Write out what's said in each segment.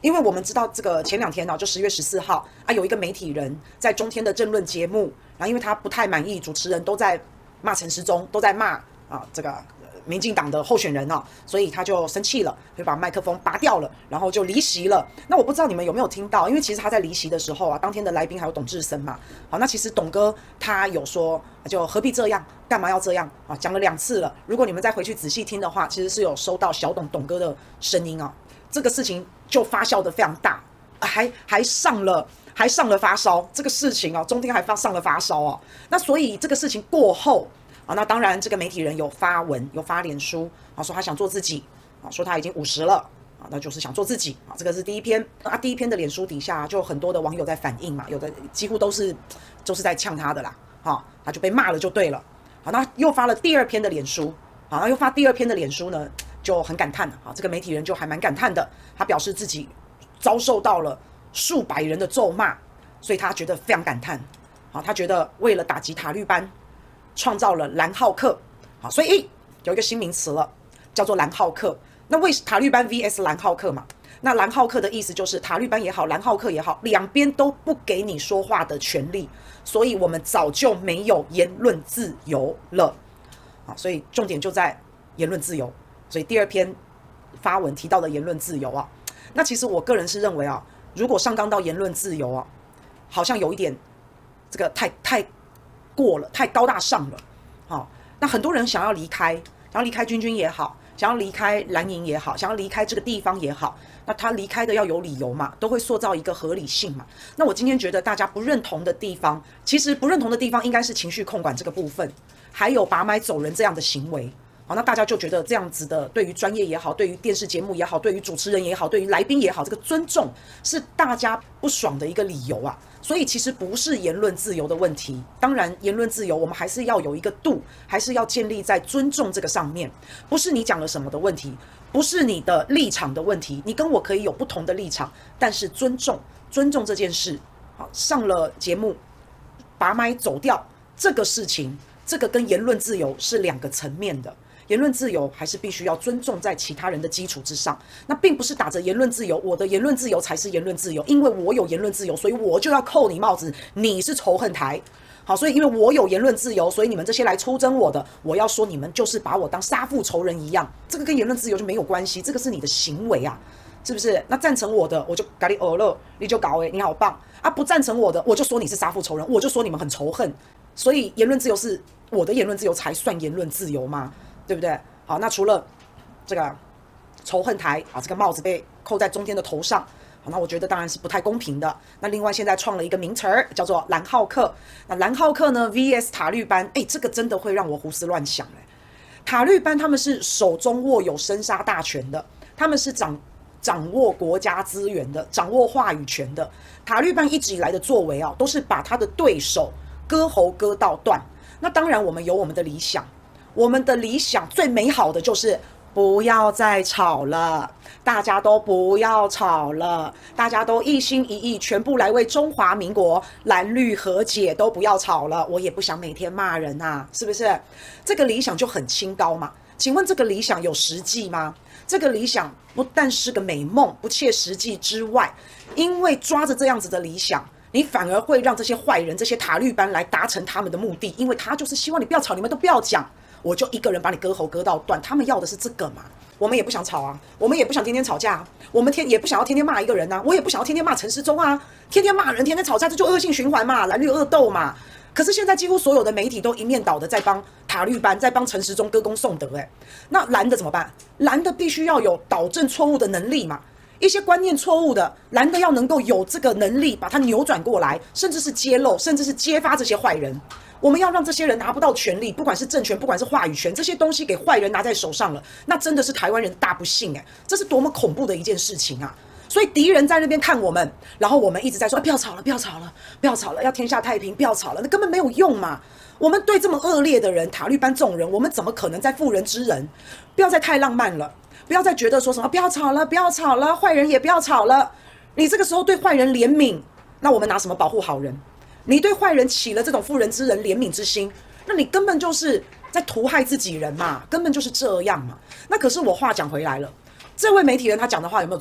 因为我们知道这个前2天就10月14号啊，有一个媒体人在中天的政论节目，然后因为他不太满意主持人都在骂陈时中，都在骂这个民进党的候选人所以他就生气了，就把麦克风拔掉了，然后就离席了。那我不知道你们有没有听到，因为其实他在离席的时候当天的来宾还有董志森嘛。好，那其实董哥他有说，就何必这样，干嘛要这样讲了2次了。如果你们再回去仔细听的话，其实是有收到小董哥的声音这个事情就发酵的非常大，还上了发烧。这个事情中天还上了发烧那所以这个事情过后那当然这个媒体人有发文，有发脸书说他想做自己说他已经50了那就是想做自己这个是第一篇第一篇的脸书底下就很多的网友在反映嘛，有的几乎都是在呛他的啦他就被骂了就对了。好，那又发了第2篇的脸书那又发第2篇的脸书呢，就很感叹这个媒体人就还蛮感叹的，他表示自己遭受到了数百人的咒骂，所以他觉得非常感叹他觉得为了打击塔绿班创造了蓝浩克所以有一个新名词了，叫做蓝浩克。那为塔绿班 vs 蓝浩克嘛，那蓝浩克的意思就是塔绿班也好，蓝浩克也好，两边都不给你说话的权利，所以我们早就没有言论自由了所以重点就在言论自由。所以第2篇发文提到的言论自由那其实我个人是认为如果上纲到言论自由好像有一点这个太过了，太高大上了那很多人想要离开，君君也好，想要离开蓝营也好，想要离开这个地方也好，那他离开的要有理由嘛，都会塑造一个合理性嘛。那我今天觉得大家不认同的地方，其实不认同的地方应该是情绪控管这个部分，还有拔麦走人这样的行为那大家就觉得这样子的对于专业也好，对于电视节目也好，对于主持人也好，对于来宾也好，这个尊重是大家不爽的一个理由所以其实不是言论自由的问题，当然言论自由我们还是要有一个度，还是要建立在尊重这个上面，不是你讲了什么的问题，不是你的立场的问题，你跟我可以有不同的立场，但是尊重这件事上了节目拔麦走掉这个事情，这个跟言论自由是2个层面的。言论自由还是必须要尊重在其他人的基础之上，那并不是打着言论自由，我的言论自由才是言论自由，因为我有言论自由，所以我就要扣你帽子，你是仇恨台。好，所以因为我有言论自由，所以你们这些来出征我的，我要说你们就是把我当杀父仇人一样，这个跟言论自由就没有关系，这个是你的行为是不是？那赞成我的我就给你耳乐，你就搞你好棒不赞成我的我就说你是杀父仇人，我就说你们很仇恨。所以言论自由是我的言论自由才算言论自由吗？对不对？好，那除了这个仇恨台这个帽子被扣在中天的头上，好，那我觉得当然是不太公平的。那另外现在创了一个名词叫做蓝浩克。那蓝浩克呢 vs 塔绿班，这个真的会让我胡思乱想塔绿班他们是手中握有生杀大权的，他们是掌握国家资源的，掌握话语权的。塔绿班一直以来的作为都是把他的对手割喉割到断。那当然我们有我们的理想，我们的理想最美好的就是不要再吵了，大家都不要吵了，大家都一心一意，全部来为中华民国蓝绿和解，都不要吵了。我也不想每天骂人是不是？这个理想就很清高嘛。请问这个理想有实际吗？这个理想不但是个美梦，不切实际之外，因为抓着这样子的理想，你反而会让这些坏人，这些塔绿班来达成他们的目的，因为他就是希望你不要吵，你们都不要讲，我就一个人把你割喉割到断，他们要的是这个嘛。我们也不想吵我们也不想天天吵架我们也不想要天天骂一个人我也不想要天天骂陈时中天天骂人，天天吵架，这就恶性循环嘛，蓝绿恶斗嘛。可是现在几乎所有的媒体都一面倒的在帮塔绿班，在帮陈时中歌功颂德那蓝的怎么办？蓝的必须要有导正错误的能力嘛，一些观念错误的，蓝的要能够有这个能力把它扭转过来，甚至是揭露，甚至是揭发这些坏人。我们要让这些人拿不到权力，不管是政权，不管是话语权，这些东西给坏人拿在手上了，那真的是台湾人大不幸这是多么恐怖的一件事情所以敌人在那边看我们，然后我们一直在说不要吵了，不要吵了，不要吵了，要天下太平，不要吵了，那根本没有用嘛。我们对这么恶劣的人，塔绿班这种人，我们怎么可能在妇人之仁？不要再太浪漫了，不要再觉得说什么不要吵了，不要吵了，坏人也不要吵了。你这个时候对坏人怜悯，那我们拿什么保护好人？你对坏人起了这种妇人之仁怜悯之心，那你根本就是在屠害自己人嘛，根本就是这样嘛。那可是我话讲回来了，这位媒体人他讲的话有没有错？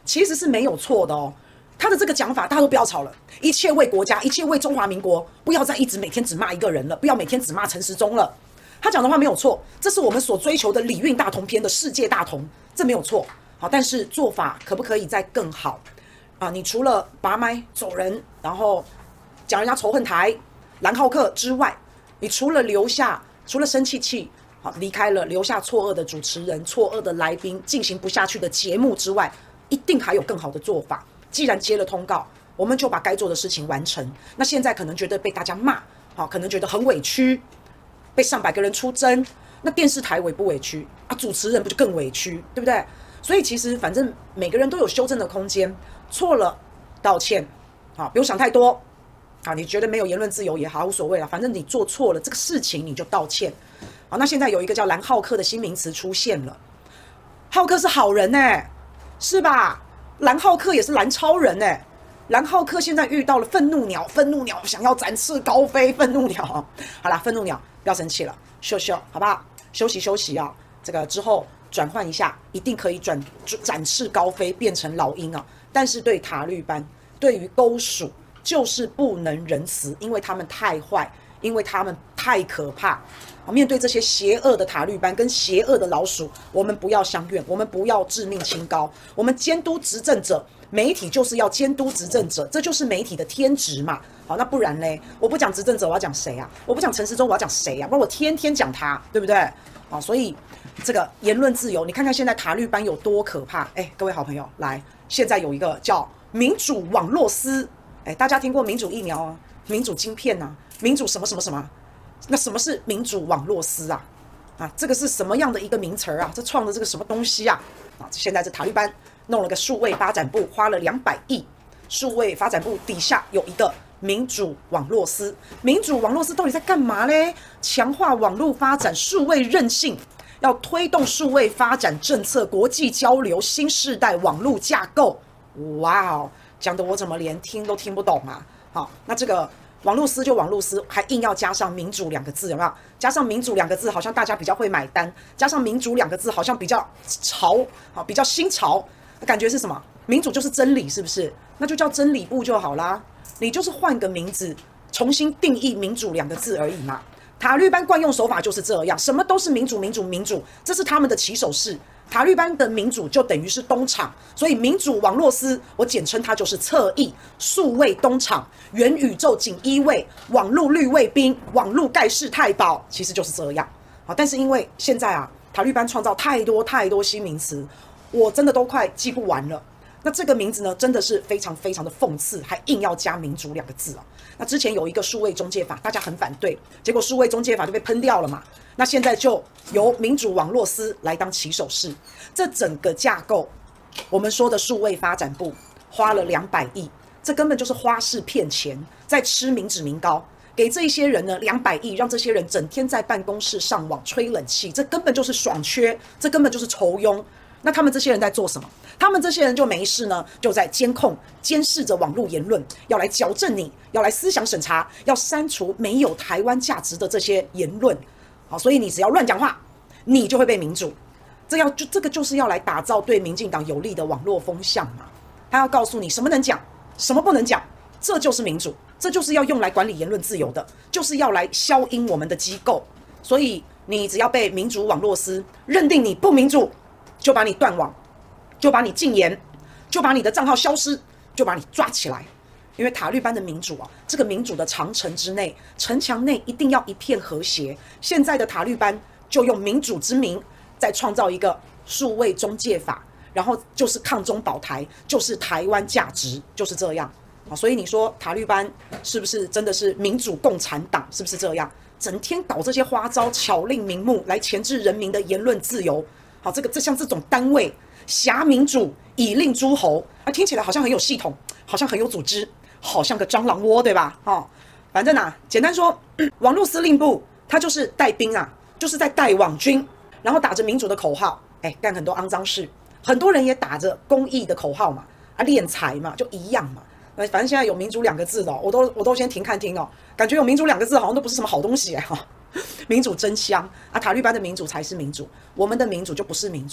其实是没有错的哦。他的这个讲法，大家都不要吵了，一切为国家，一切为中华民国，不要再一直每天只骂一个人了，不要每天只骂陈时中了。他讲的话没有错，这是我们所追求的礼运大同篇的世界大同，这没有错。好，但是做法可不可以再更好啊？你除了拔麦走人，然后讲人家仇恨台、蓝浩克之外，你除了生气，好离开了，留下错愕的主持人、错愕的来宾，进行不下去的节目之外，一定还有更好的做法。既然接了通告，我们就把该做的事情完成。那现在可能觉得被大家骂，好，可能觉得很委屈，被上百个人出征，那电视台委不委屈啊？主持人不就更委屈，对不对？所以其实反正每个人都有修正的空间，错了道歉，好，不用想太多。啊，你觉得没有言论自由也好，无所谓了，反正你做错了这个事情，你就道歉。好，那现在有一个叫蓝浩克的新名词出现了，浩克是好人是吧？蓝浩克也是蓝超人蓝浩克现在遇到了愤怒鸟想要展翅高飞，愤怒鸟，好啦，愤怒鸟不要生气了，秀好不好？休息啊，这个之后转换一下，一定可以展翅高飞，变成老鹰啊。但是对塔绿班，对于勾属，就是不能仁慈，因为他们太坏，因为他们太可怕。面对这些邪恶的塔绿班跟邪恶的老鼠，我们不要相怨，我们不要致命清高，我们监督执政者，媒体就是要监督执政者，这就是媒体的天职嘛。好，那不然嘞，我不讲执政者，我要讲谁啊？我不讲陈时中，我要讲谁啊？不然我天天讲他，对不对？好，所以这个言论自由，你看看现在塔绿班有多可怕。各位好朋友，来，现在有一个叫民主网络司，大家听过民主疫苗啊，民主晶片啊，民主什么什么什么？那什么是民主网络司啊？这个是什么样的一个名词啊？这创的这个什么东西啊？现在这塔利班弄了个数位发展部，花了200亿。数位发展部底下有一个民主网络司，民主网络司到底在干嘛嘞？强化网络发展，数位韧性，要推动数位发展政策、国际交流、新世代网络架构。哇哦，讲的我怎么连听都听不懂啊？好，那这个。网络司就网络司，还硬要加上民主2个字，有没有？加上民主2个字，好像大家比较会买单；加上民主2个字，好像比较潮，好，比较新潮。感觉是什么？民主就是真理，是不是？那就叫真理部就好啦。你就是换个名字，重新定义民主2个字而已嘛。塔绿班惯用手法就是这样，什么都是民主，这是他们的起手式。塔绿班的民主就等于是东厂，所以民主网络司，我简称它就是侧翼、数位东厂、元宇宙锦衣卫、网络绿卫兵、网络盖世太保，其实就是这样。好，但是因为现在塔绿班创造太多新名词，我真的都快记不完了。那这个名字呢，真的是非常的讽刺，还硬要加民主2个字。那之前有一个数位中介法，大家很反对，结果数位中介法就被喷掉了嘛。那现在就由民主网络司来当起手式，这整个架构，我们说的数位发展部花了200亿，这根本就是花式骗钱，在吃民脂民膏。给这些人呢200亿，让这些人整天在办公室上网吹冷气，这根本就是爽缺，这根本就是酬庸。那他们这些人在做什么？他们这些人就没事呢，就在监控、监视着网络言论，要来矫正你，要来思想审查，要删除没有台湾价值的这些言论。好，所以你只要乱讲话，你就会被民主。这个就是要来打造对民进党有利的网络风向嘛。他要告诉你什么能讲，什么不能讲，这就是民主，这就是要用来管理言论自由的，就是要来消音我们的机构。所以你只要被民主网络司认定你不民主，就把你断网，就把你禁言，就把你的账号消失，就把你抓起来。因为塔绿班的民主这个民主的长城之内，城墙内一定要一片和谐。现在的塔绿班就用民主之名，再创造一个数位中介法，然后就是抗中保台，就是台湾价值，就是这样。所以你说塔绿班是不是真的是民主共产党？是不是这样？整天搞这些花招，巧令名目来钳制人民的言论自由。好，这像这种单位挟民主以令诸侯，听起来好像很有系统，好像很有组织，好像个蟑螂窝，对吧？反正简单说，网络司令部他就是带兵就是在带网军，然后打着民主的口号，干很多肮脏事。很多人也打着公益的口号嘛，敛财嘛，就一样嘛。反正现在有民主2个字的，我都先停看听感觉有民主2个字好像都不是什么好东西民主真香塔绿班的民主才是民主，我们的民主就不是民主。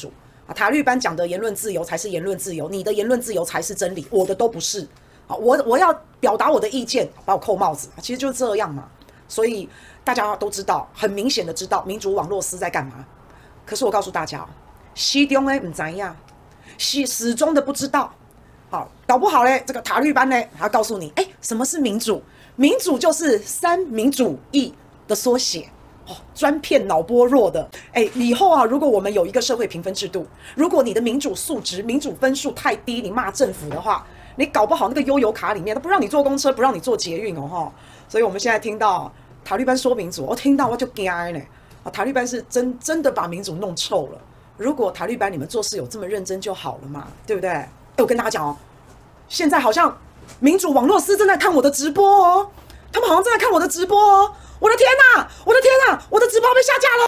啊，塔利班讲的言论自由才是言论自由，你的言论自由才是真理，我的都不是。啊，我要表达我的意见，把我扣帽子，其实就是这样嘛。所以大家都知道，很明显的知道民主网络司在干嘛。可是我告诉大家，西中呢不怎样，始终的不知道。好，搞不好嘞，这个塔利班呢，还要告诉你，什么是民主？民主就是三民主义的缩写。专骗脑波弱的，以后啊，如果我们有一个社会评分制度，如果你的民主素质、民主分数太低，你骂政府的话，你搞不好那个悠游卡里面，他不让你坐公车，不让你坐捷运哦，所以我们现在听到塔利班说民主，我听到我就惊呢。塔利班是真的把民主弄臭了。如果塔利班你们做事有这么认真就好了嘛，对不对？我跟大家讲哦，现在好像民主网络司正在看我的直播哦，他们好像正在看我的直播哦。我的天哪！我的天哪！我的直播被下架了！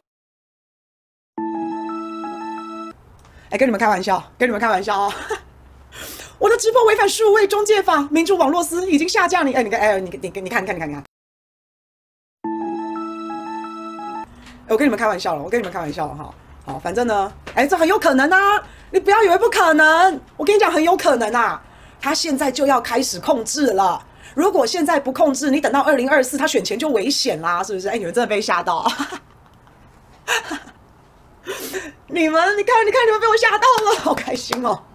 跟你们开玩笑，跟你们开玩笑哦。我的直播违反数位中介法，民主网络司已经下架你。你看。我跟你们开玩笑了，我跟你们开玩笑了哈。好，反正呢，这很有可能啊！你不要以为不可能，我跟你讲很有可能啊！他现在就要开始控制了。如果现在不控制，你等到2024他选前就危险啦，是不是？你们真的被吓到，你看你们被我吓到了，好开心哦！